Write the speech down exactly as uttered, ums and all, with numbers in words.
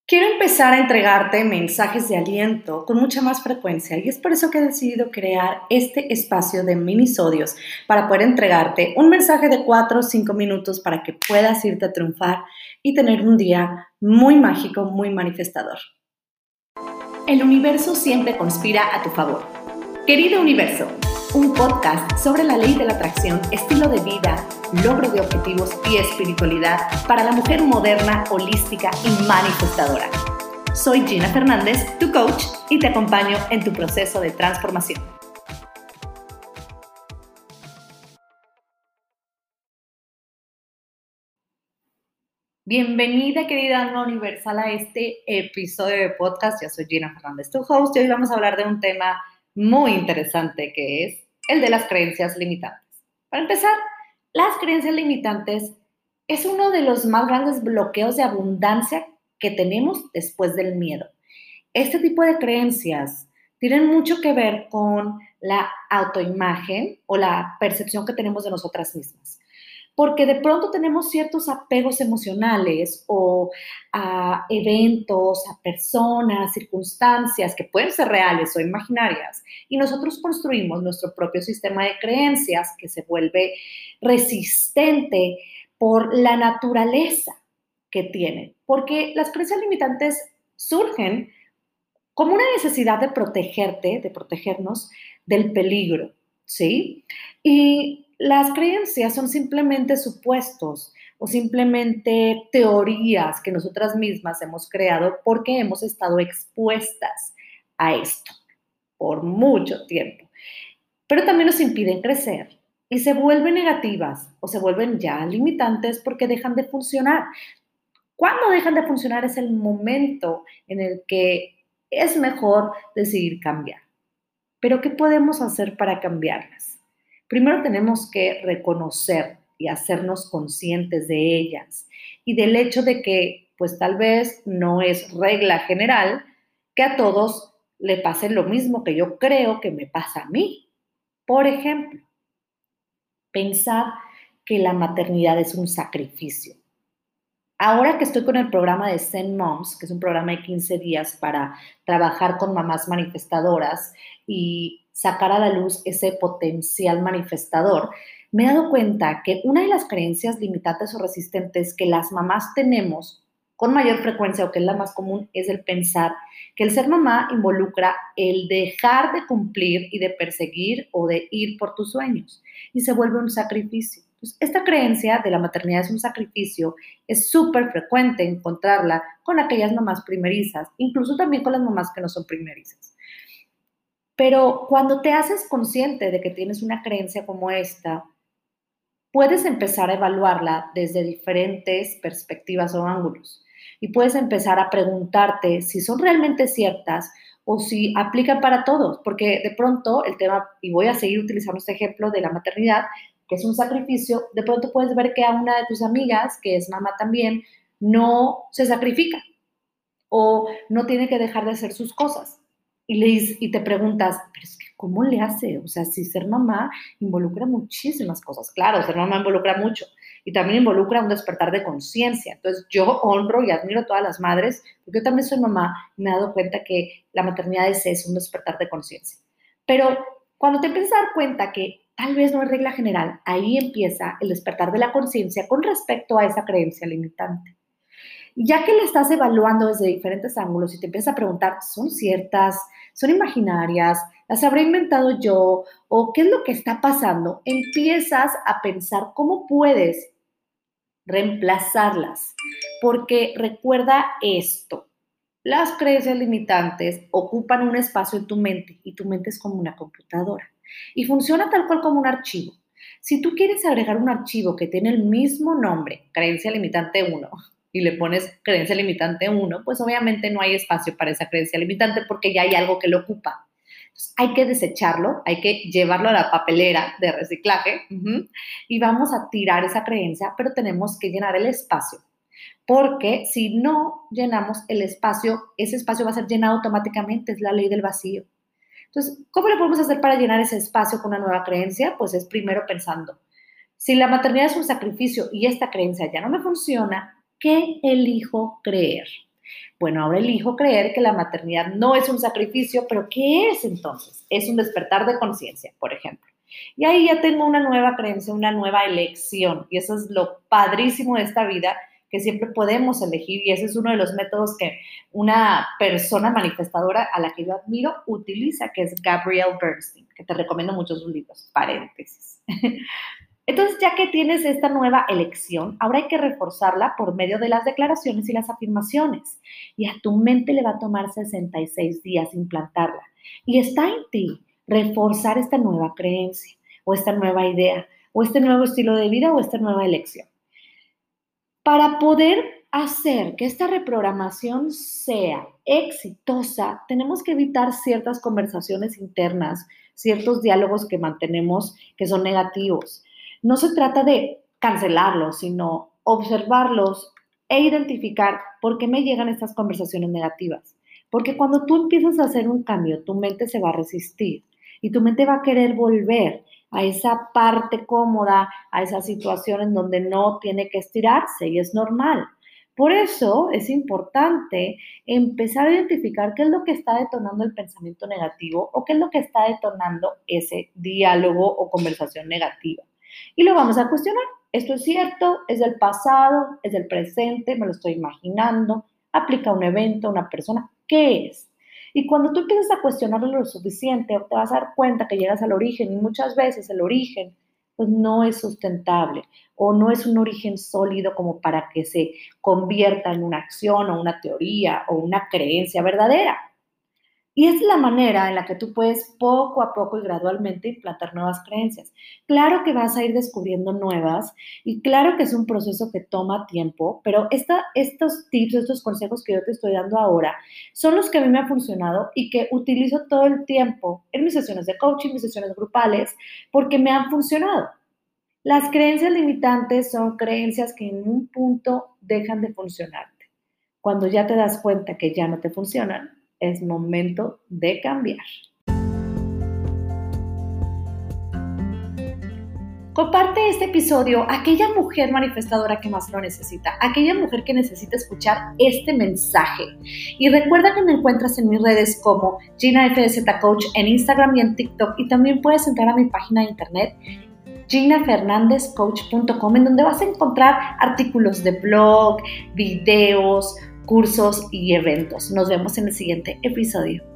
Quiero empezar a entregarte mensajes de aliento con mucha más frecuencia y es por eso que he decidido crear este espacio de minisodios para poder entregarte un mensaje de cuatro o cinco minutos para que puedas irte a triunfar y tener un día muy mágico, muy manifestador. El universo siempre conspira a tu favor. Querido universo, un podcast sobre la ley de la atracción, estilo de vida, logro de objetivos y espiritualidad para la mujer moderna, holística y manifestadora. Soy Gina Fernández, tu coach, y te acompaño en tu proceso de transformación. Bienvenida, querida alma universal, a este episodio de podcast. Yo soy Gina Fernández, tu host, y hoy vamos a hablar de un tema muy interesante que es el de las creencias limitantes. Para empezar, las creencias limitantes es uno de los más grandes bloqueos de abundancia que tenemos después del miedo. Este tipo de creencias tienen mucho que ver con la autoimagen o la percepción que tenemos de nosotras mismas. Porque de pronto tenemos ciertos apegos emocionales o a eventos, a personas, circunstancias que pueden ser reales o imaginarias, y nosotros construimos nuestro propio sistema de creencias que se vuelve resistente por la naturaleza que tienen. Porque las creencias limitantes surgen como una necesidad de protegerte, de protegernos del peligro, ¿sí? Y las creencias son simplemente supuestos o simplemente teorías que nosotras mismas hemos creado porque hemos estado expuestas a esto por mucho tiempo. Pero también nos impiden crecer y se vuelven negativas o se vuelven ya limitantes porque dejan de funcionar. Cuando dejan de funcionar es el momento en el que es mejor decidir cambiar. Pero ¿qué podemos hacer para cambiarlas? Primero tenemos que reconocer y hacernos conscientes de ellas y del hecho de que, pues tal vez no es regla general que a todos le pase lo mismo que yo creo que me pasa a mí. Por ejemplo, pensar que la maternidad es un sacrificio. Ahora que estoy con el programa de Zen Moms, que es un programa de quince días para trabajar con mamás manifestadoras y sacar a la luz ese potencial manifestador, me he dado cuenta que una de las creencias limitantes o resistentes que las mamás tenemos con mayor frecuencia, o que es la más común, es el pensar que el ser mamá involucra el dejar de cumplir y de perseguir o de ir por tus sueños, y se vuelve un sacrificio. Pues esta creencia de la maternidad es un sacrificio es súper frecuente encontrarla con aquellas mamás primerizas, incluso también con las mamás que no son primerizas. Pero cuando te haces consciente de que tienes una creencia como esta, puedes empezar a evaluarla desde diferentes perspectivas o ángulos. Y puedes empezar a preguntarte si son realmente ciertas o si aplican para todos, porque de pronto el tema, y voy a seguir utilizando este ejemplo de la maternidad, que es un sacrificio, de pronto puedes ver que a una de tus amigas, que es mamá también, no se sacrifica o no tiene que dejar de hacer sus cosas. Y, le, y te preguntas, pero es que ¿cómo le hace? O sea, si ser mamá involucra muchísimas cosas. Claro, ser mamá involucra mucho y también involucra un despertar de conciencia. Entonces, yo honro y admiro a todas las madres, porque yo también soy mamá y me he dado cuenta que la maternidad es eso, un despertar de conciencia. Pero cuando te empiezas a dar cuenta que tal vez no es regla general, ahí empieza el despertar de la conciencia con respecto a esa creencia limitante. Ya que la estás evaluando desde diferentes ángulos y te empiezas a preguntar, ¿son ciertas? ¿Son imaginarias? ¿Las habré inventado yo? ¿O qué es lo que está pasando? Empiezas a pensar cómo puedes reemplazarlas. Porque recuerda esto, las creencias limitantes ocupan un espacio en tu mente y tu mente es como una computadora y funciona tal cual como un archivo. Si tú quieres agregar un archivo que tiene el mismo nombre, creencia limitante uno, y le pones creencia limitante uno, pues obviamente no hay espacio para esa creencia limitante porque ya hay algo que lo ocupa. Entonces, hay que desecharlo, hay que llevarlo a la papelera de reciclaje uh-huh, y vamos a tirar esa creencia, pero tenemos que llenar el espacio. Porque si no llenamos el espacio, ese espacio va a ser llenado automáticamente, es la ley del vacío. Entonces, ¿cómo le podemos hacer para llenar ese espacio con una nueva creencia? Pues es primero pensando, si la maternidad es un sacrificio y esta creencia ya no me funciona, ¿qué elijo creer? Bueno, ahora elijo creer que la maternidad no es un sacrificio, pero ¿qué es entonces? Es un despertar de conciencia, por ejemplo. Y ahí ya tengo una nueva creencia, una nueva elección. Y eso es lo padrísimo de esta vida, que siempre podemos elegir. Y ese es uno de los métodos que una persona manifestadora a la que yo admiro utiliza, que es Gabrielle Bernstein, que te recomiendo mucho sus libros, paréntesis. Entonces, ya que tienes esta nueva elección, ahora hay que reforzarla por medio de las declaraciones y las afirmaciones. Y a tu mente le va a tomar sesenta y seis días implantarla. Y está en ti reforzar esta nueva creencia, o esta nueva idea, o este nuevo estilo de vida, o esta nueva elección. Para poder hacer que esta reprogramación sea exitosa, tenemos que evitar ciertas conversaciones internas, ciertos diálogos que mantenemos que son negativos. No se trata de cancelarlos, sino observarlos e identificar por qué me llegan estas conversaciones negativas. Porque cuando tú empiezas a hacer un cambio, tu mente se va a resistir y tu mente va a querer volver a esa parte cómoda, a esa situación en donde no tiene que estirarse y es normal. Por eso es importante empezar a identificar qué es lo que está detonando el pensamiento negativo o qué es lo que está detonando ese diálogo o conversación negativa. Y lo vamos a cuestionar. ¿Esto es cierto? ¿Es del pasado? ¿Es del presente? ¿Me lo estoy imaginando? ¿Aplica a un evento, a una persona? ¿Qué es? Y cuando tú empiezas a cuestionarlo lo suficiente, te vas a dar cuenta que llegas al origen y muchas veces el origen pues no es sustentable o no es un origen sólido como para que se convierta en una acción o una teoría o una creencia verdadera. Y es la manera en la que tú puedes poco a poco y gradualmente implantar nuevas creencias. Claro que vas a ir descubriendo nuevas y claro que es un proceso que toma tiempo, pero esta, estos tips, estos consejos que yo te estoy dando ahora son los que a mí me han funcionado y que utilizo todo el tiempo en mis sesiones de coaching, mis sesiones grupales, porque me han funcionado. Las creencias limitantes son creencias que en un punto dejan de funcionarte. Cuando ya te das cuenta que ya no te funcionan, es momento de cambiar. Comparte este episodio a aquella mujer manifestadora que más lo necesita, aquella mujer que necesita escuchar este mensaje. Y recuerda que me encuentras en mis redes como Gina F D Z Coach en Instagram y en TikTok, y también puedes entrar a mi página de internet gina fernandez coach punto com, en donde vas a encontrar artículos de blog, videos, cursos y eventos. Nos vemos en el siguiente episodio.